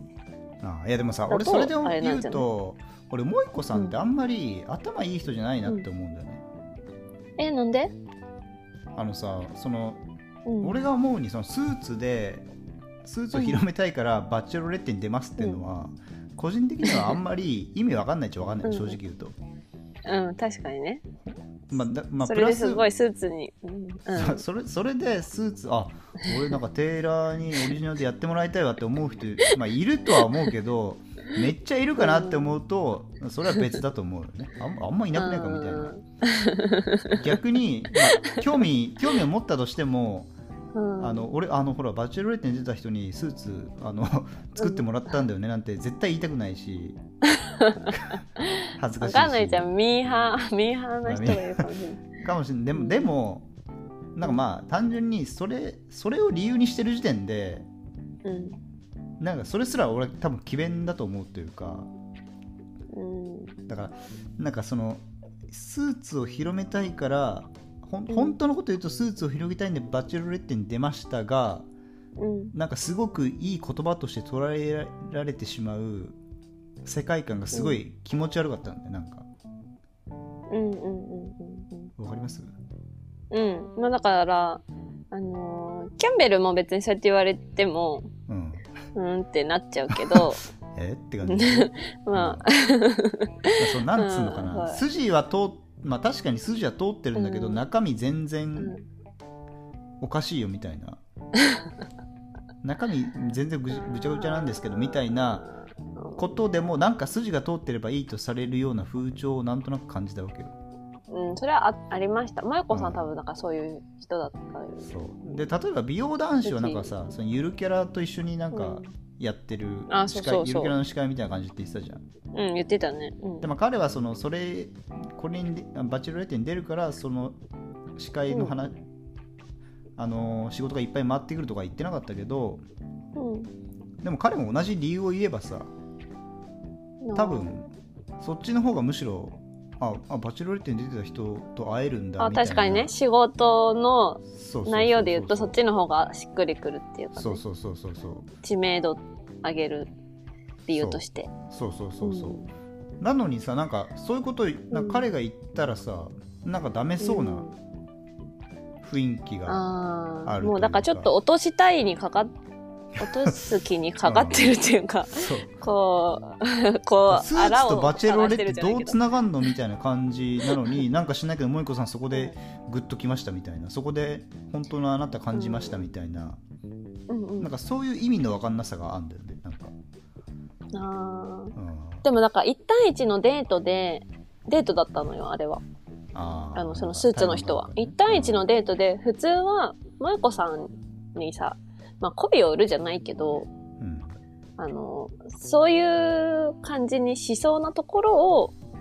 あいやでもさ、俺それで言うと、俺萌子さんってあんまり頭いい人じゃないなって思うんだよね、
うん、えなんで？
あのさ、その、うん、俺が思うにそのスーツでスーツを広めたいからバチェロレッテに出ますっていうのは、うん、個人的にはあんまり意味わかんないっちゃわかんない、うん、正直言うと。
うん、確かにね。
まあだまあ、
それですごいスーツに、うん
うん、そ, れそれでスーツ、あ俺なんかテーラーにオリジナルでやってもらいたいわって思う人、まあ、いるとは思うけどめっちゃいるかなって思うと、うん、それは別だと思うよね。 あ, あんまいなくないかみたいな、逆に、まあ、興味興味を持ったとしても、うん、あの俺あのほらバチェロレッテに出た人にスーツあの作ってもらったんだよねなんて絶対言いたくないし恥ずかしいし。
分かんないじゃん、ミーハーミーハーな人がいるかもしれない
かもしれない。でも、でもなんかまあ単純にそれそれを理由にしてる時点で、うん、なんかそれすら俺は多分詭弁だと思うというか、うん、だからなんかそのスーツを広めたいからほん、うん、本当のこと言うとスーツを広げたいんでバチェロレッテに出ましたが、うん、なんかすごくいい言葉として捉えられてしまう世界観がすごい気持ち悪かったんで、なんか
うんうんうんうん
わかります？
うん、まあだからあのー、キャンベルも別にそうやって言われても、うん、 うんってなっちゃうけど
えって感じ
まあ
そうなんつうのかな、うん、筋は通まあ確かに筋は通ってるんだけど、うん、中身全然おかしいよみたいな、うん、中身全然ぐぐちゃぐちゃなんですけどみたいなことでもなんか筋が通ってればいいとされるような風潮をなんとなく感じたわけよ。
うん、それは あ, ありました。まゆこさん、うん、多分なんかそういう人だったよ、ね。
そうで例えば美容男子はなんかさそのゆるキャラと一緒になんかやってる、うん、
あそうそうそう
ゆるキャラの司会みたいな感じって言ってたじゃん。
うん言ってたね。うん、
でも彼はそのそれこれにバチェロレッテに出るからその司会の話、うん、あの仕事がいっぱい回ってくるとか言ってなかったけど、うん、でも彼も同じ理由を言えばさ多分そっちの方がむしろああバチェロレッテに出てた人と会えるんだみたいな。
あ確かにね仕事の内容で言うとそっちの方がしっくりくるっていうか、ね、
そうそうそうそうそう
知名度上げる理由として
そうそうそうそう、うん、なのにさなんかそういうことなんか彼が言ったらさ、うん、なんかダメそうな雰囲気がある、
うん、もうだからちょっと落としたいにかかっ落とす気にかかってるっていうか、うん、そうこうこう
スーツとバチェロレッテどうつながんのみたいな感じなのになんかしないけど萌子さんそこでグッときましたみたいなそこで本当のあなた感じましたみたいな、うんうん、なんかそういう意味の分かんなさがあるんだよねなんか
あ、うん、でもなんかいち対いちのデートでデートだったのよあれは
あ
あのそのスーツの人は、ね、いち対いちのデートで普通は萌子さんにさまあ、媚びを売るじゃないけど、うん、あのそういう感じにしそうなところを、うん、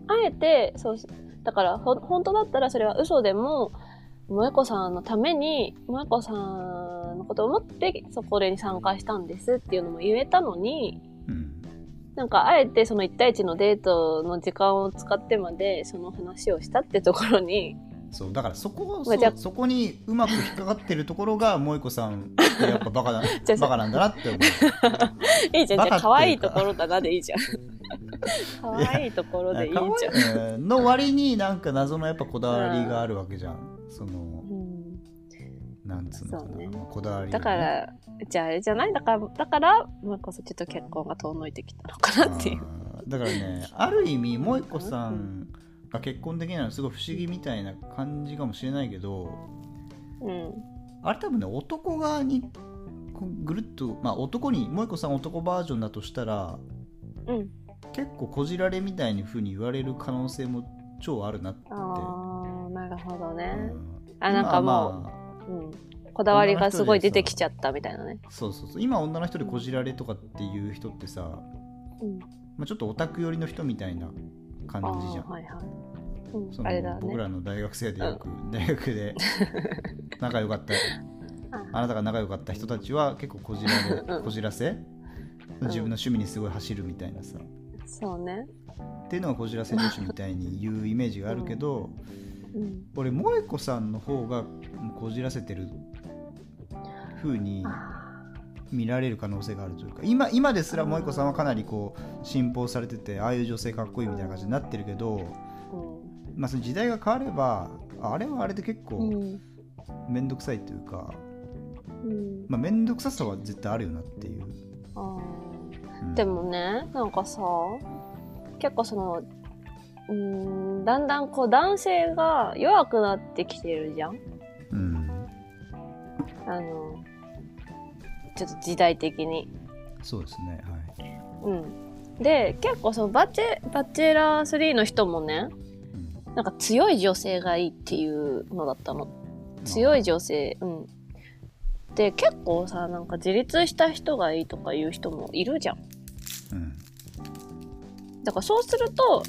あえてそうだからほ本当だったらそれは嘘でも萌子さんのために萌子さんのことを思ってそこに参加したんですっていうのも言えたのに、うん、なんかあえてそのいち対いちのデートの時間を使ってまでその話をしたってところに
そうだからそこそうそこにうまく引っかかってるところが萌子さんってやっぱバカだバカなんだなって思う
いいじゃんじゃあ可愛いところだなでいいじゃん可愛いところでいいじゃ
んの割になんか謎のやっぱこだわりがあるわけじゃんその、うん、なんつうのかな、ね、こだわり、ね、
だからじゃああれじゃないだからだから萌子さんちょっと結婚が遠のいてきたのかなっていう
だからねある意味萌子さん、うん結婚できないのはすごい不思議みたいな感じかもしれないけど、うん、あれ多分ね男側にぐるっと、まあ、男に萌子さん男バージョンだとしたら、うん、結構こじられみたいに風に言われる可能性も超あるなって。
あなるほどね、うん、あなんかもう、まあうん、こだわりがすごい出てきちゃったみたいなね。
そうそうそう今女の人でこじられとかっていう人ってさ、うんまあ、ちょっとオタク寄りの人みたいな感じじゃん。はいはいうん、そのあれだね、僕らの大学生でよく、うん、大学で仲良かったあなたが仲良かった人たちは結構こじられ、うん、こじらせ、うん、自分の趣味にすごい走るみたいなさ、
そうね
っていうのがこじらせ女子みたいに言うイメージがあるけど、うんうん、俺萌子さんの方がこじらせてる風に見られる可能性があるというか 今, 今ですら萌子さんはかなりこう信奉されててああいう女性かっこいいみたいな感じになってるけど、うんまあ、その時代が変わればあれはあれで結構面倒くさいというか、うんまあ、面倒くささは絶対あるよなっていう、
あ、うん、でもねなんかさ結構そのうーんだんだんこう男性が弱くなってきてるじゃん、うん、あのちょっと時代的に
そうですねはい、
うん、で結構そのバチェ、バチェラースリーの人もねなんか強い女性がいいっていうのだったの。強い女性、うん。で、結構さ、なんか自立した人がいいとかいう人もいるじゃん。うん。だからそうすると、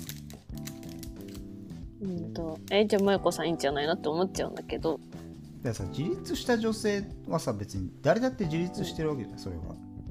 うんと、え、じゃあ萌子さんいいんじゃないなって思っちゃうんだけど。
だからさ、自立した女性はさ、別に誰だって自立してるわけじゃん、それは。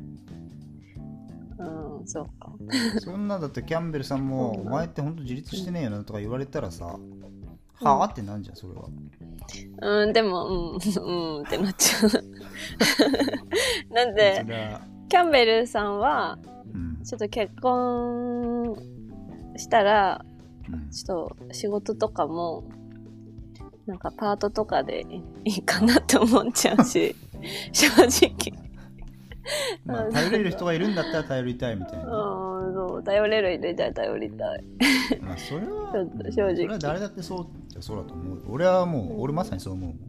うん、そうか。
そんなだってキャンベルさんもお前って本当自立してねえよなとか言われたらさ、うん、はあってなんじゃんそれは。
うんでもうんうんってなっちゃう。なんでキャンベルさんは、うん、ちょっと結婚したら、うん、ちょっと仕事とかもなんかパートとかでいいかなって思っちゃうし正直。
まあ、頼れる人がいるんだったら頼りたいみたいな。
うんそう頼れる人じゃ頼りたい。
まあそれは
ちょっと正直、
それは誰だってそうじゃそうだと思う。俺はもう、うん、俺まさにそう思う。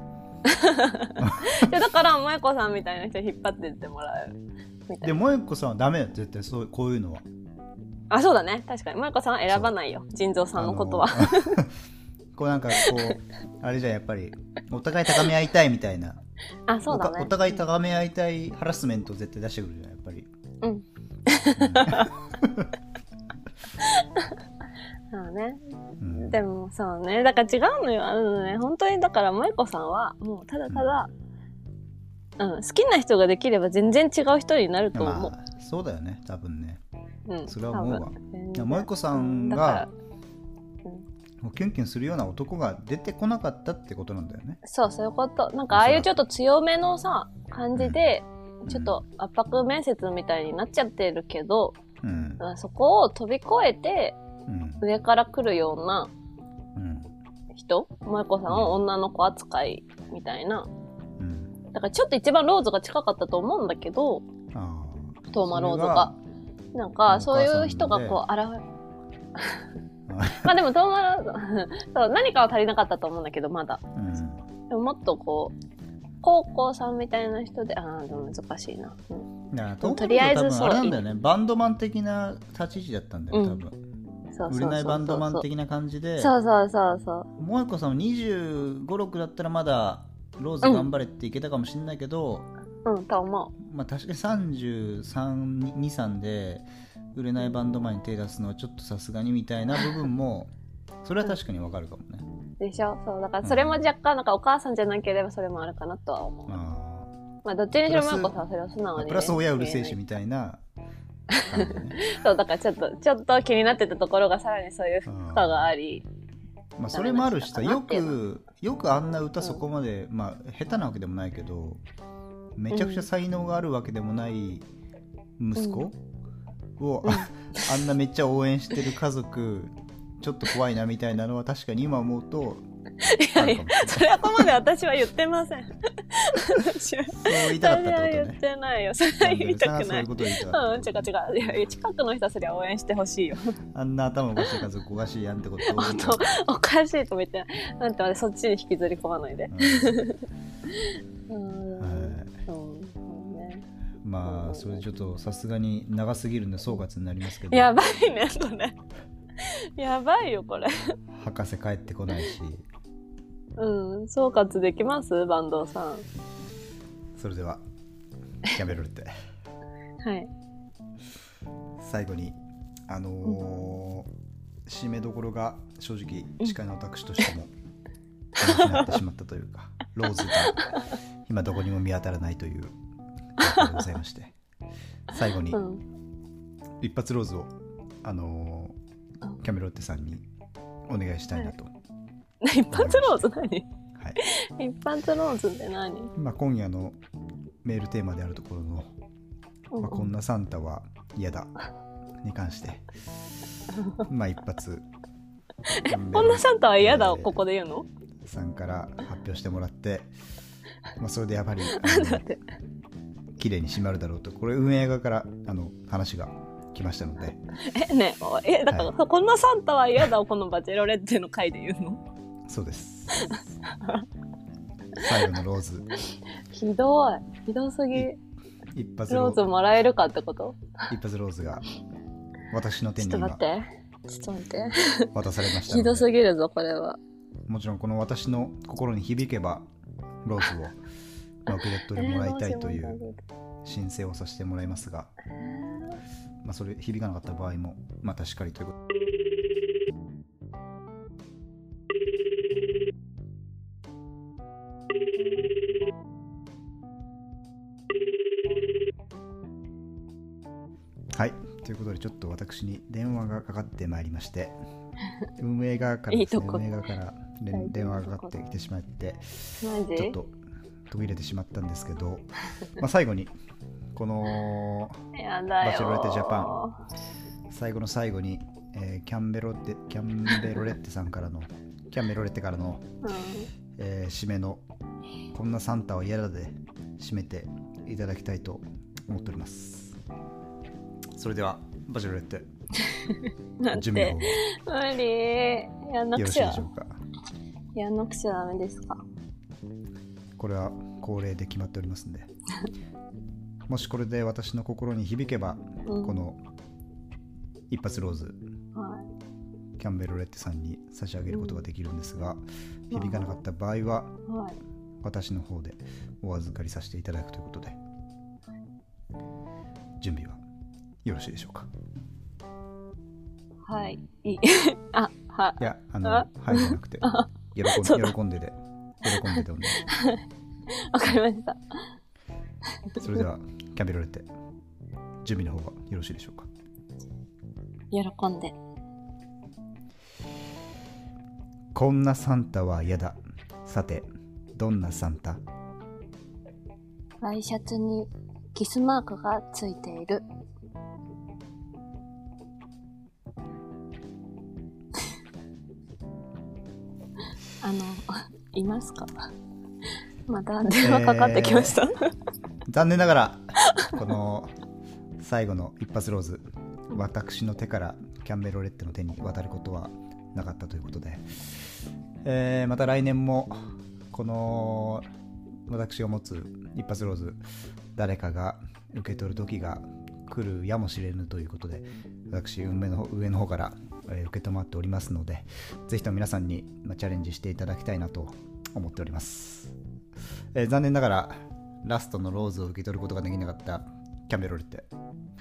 だから萌子さんみたいな人引っ張ってってもらうみたいな。
で萌子さんはダメだ絶対そうこういうのは。
あそうだね確かに萌子さんは選ばないよ腎臓さんのことは。
こうなんかこうあれじゃやっぱりお互い高め合いたいみたいな。
あそうだね。
お互い高め合いたいハラスメントを絶対出してくるじゃんやっぱり。
うん。そうね、うん、でもそうねだから違うのよあのね本当にだから萌子さんはもうただただ、うんうん、好きな人ができれば全然違う人になると思う、ま
あ、そうだよね多分ね、うん、それは思うわ萌子さんが、うん、もうキュンキュンするような男が出てこなかったってことなんだよね。
そうそういうことなんかああいうちょっと強めのさ感じで、うん、ちょっと圧迫面接みたいになっちゃってるけど、うん、そこを飛び越えてうん、上から来るような人、うん、萌子さんを女の子扱いみたいな、うん、だからちょっと一番ローズが近かったと思うんだけどトーマローズがなんかそういう人がこう現れまあでもトーマローズそう何かは足りなかったと思うんだけどまだ、うん、でももっとこう高校さんみたいな人でああ難しいな、うん、
いやとりあえずそうあれなんだよねバンドマン的な立ち位置だったんだよ多分、うん売れないバンドマン的な感じで
そうそうそうそう
萌子さんもにじゅうご、ろくだったらまだローズ頑張れっていけたかもしれないけど
うん、うん、と思
うまあ確かにさんじゅうさん、に、さんで売れないバンドマンに手出すのはちょっとさすがにみたいな部分もそれは確かにわかるかもね、
うん、でしょそうだからそれも若干なんかお母さんじゃなければそれもあるかなとは思う、うん、まあどっちにしろ萌子さんはそれを素直に、ね、
プラス親うるせえしみたいな
そうだからちょっとちょっと気になってたところがさらにそういう負荷があり、
まあ、それもあるしさよくよくあんな歌そこまで、うん、まあ下手なわけでもないけどめちゃくちゃ才能があるわけでもない息子を、うん、あ, あんなめっちゃ応援してる家族ちょっと怖いなみたいなのは確かに今思うと
いやいやそれはここまで私は言ってません
そう言いたかったってことね。
言ってないよそれは言いたくない。
そういうこと言いたかった。
うん違う違ういや近くの人はそりゃ応援してほしいよ
あんな頭おかしい家族おかしいやんってこと
おかしいとも言ってないなんてそっちに引きずり込まないで
まあそれちょっとさすがに長すぎるんで総括になりますけど
やばいねこれやばいよこれ
博士帰ってこないし
うん総括できます坂東さん。
それではキャメロルって
はい
最後にあのー、締めどころが正直司会の私としてもなくなってしまったというかローズが今どこにも見当たらないという状況でございまして最後に一発ローズをあのー、キャメロルテさんにお願いしたいなと、はい
一発ローズ何、
はい、
一発ローズって何、
まあ、今夜のメールテーマであるところの、うんうんまあ、こんなサンタは嫌だに関してまあ一発
こんなサンタは嫌だをここで言うの
さんから発表してもらって、まあ、それでやはり綺麗に締まるだろうとこれ運営側からあの話が来ましたので
えねえだから、はい、こんなサンタは嫌だをこのバチェロレッテの回で言うの
そうです最後のローズ
ひどいひどすぎ
一発
ローズもらえるかってこと
一発ローズが私の手に今
ちょっと待ってちょっと待って
渡されましたので
ひどすぎるぞこれは
もちろんこの私の心に響けばローズを、まあ、受け取ってもらいたいという申請をさせてもらいますが、まあ、それ響かなかった場合もまたしっかりということではいということでちょっと私に電話がかかってまいりまして運営側からですね運営側から電話がかかってきてしまってちょっと途切れてしまったんですけどまあ最後にこのバチェロレッテジャパン最後の最後に、えー、キャンベロテキャンベロレッテさんからのキャンベロレッテからの、うんえー、締めのこんなサンタは嫌だで締めていただきたいと思っております。それではバチェロレッテ
なんて準備の方無理やんなくちゃ
よろしいでしょうか。
やんなくちゃダメですか。
これは恒例で決まっておりますんでもしこれで私の心に響けば、うん、この一発ローズ、はい、キャンベルレッテさんに差し上げることができるんですが、うん、響かなかった場合は、はい、私の方でお預かりさせていただくということで、準備はよろしいでしょうか。
はい、いいあ、は、
いや、あの、はいじゃなくて、喜んで、喜んでで、喜んででお願いします。
わかりました。
それでは、キャンベルレッテ、準備の方はよろしいでしょうか。
喜んで。
こんなサンタは嫌だ。さて、どんなサンタ？
ワイシャツにキスマークがついている。あの、いますか？また電話かかってきました、えー、
残念ながらこの最後の一発ローズ、私の手からキャンベルレッテの手に渡ることはなかったということで、えー、また来年もこの私が持つ一発ローズ、誰かが受け取る時が来るやもしれぬということで、私運命の上の方から受け止まっておりますので、ぜひとも皆さんにチャレンジしていただきたいなと思っております。えー、残念ながらラストのローズを受け取ることができなかったキャンベルレッテ、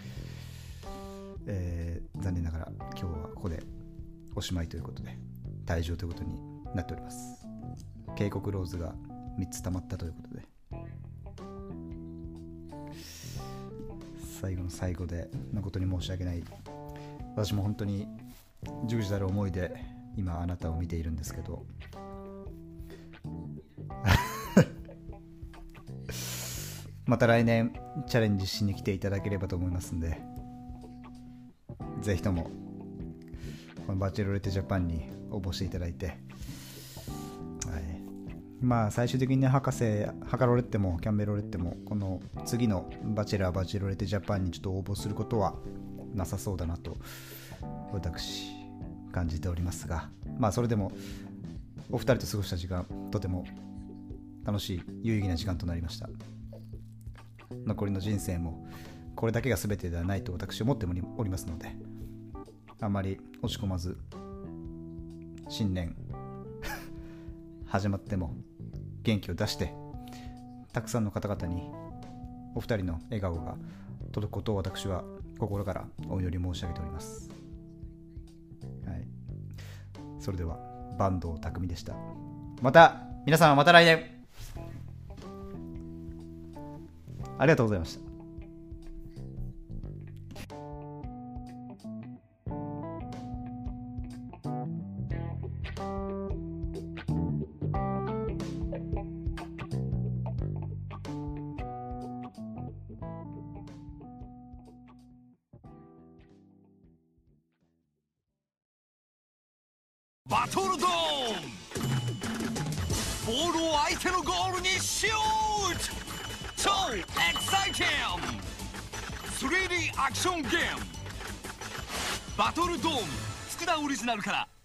えー、残念ながら今日はここでおしまいということで退場ということになっております。警告ローズがみっつ溜まったということで、最後の最後で誠に申し訳ない。私も本当に従事たる思いで今あなたを見ているんですけどまた来年チャレンジしに来ていただければと思いますんで、ぜひともこのバチェロレッテジャパンに応募していただいて、はい、まあ最終的にね、博士ハカロレッテもキャンベロレッテもこの次のバチェラーバチェロレッテジャパンにちょっと応募することはなさそうだなと私感じておりますが、まあそれでもお二人と過ごした時間、とても楽しい有意義な時間となりました。残りの人生もこれだけが全てではないと私は思っておりますので、あまり落ち込まず新年始まっても元気を出して、たくさんの方々にお二人の笑顔が届くことを私は心からお祈り申し上げております。はい、それでは坂東匠でした。また皆さん、また来年ありがとうございました。
バトルドーム、ボールを相手のゴールにシュート、超エキサイティング スリーディー アクションゲームバトルドーム、佃オリジナルから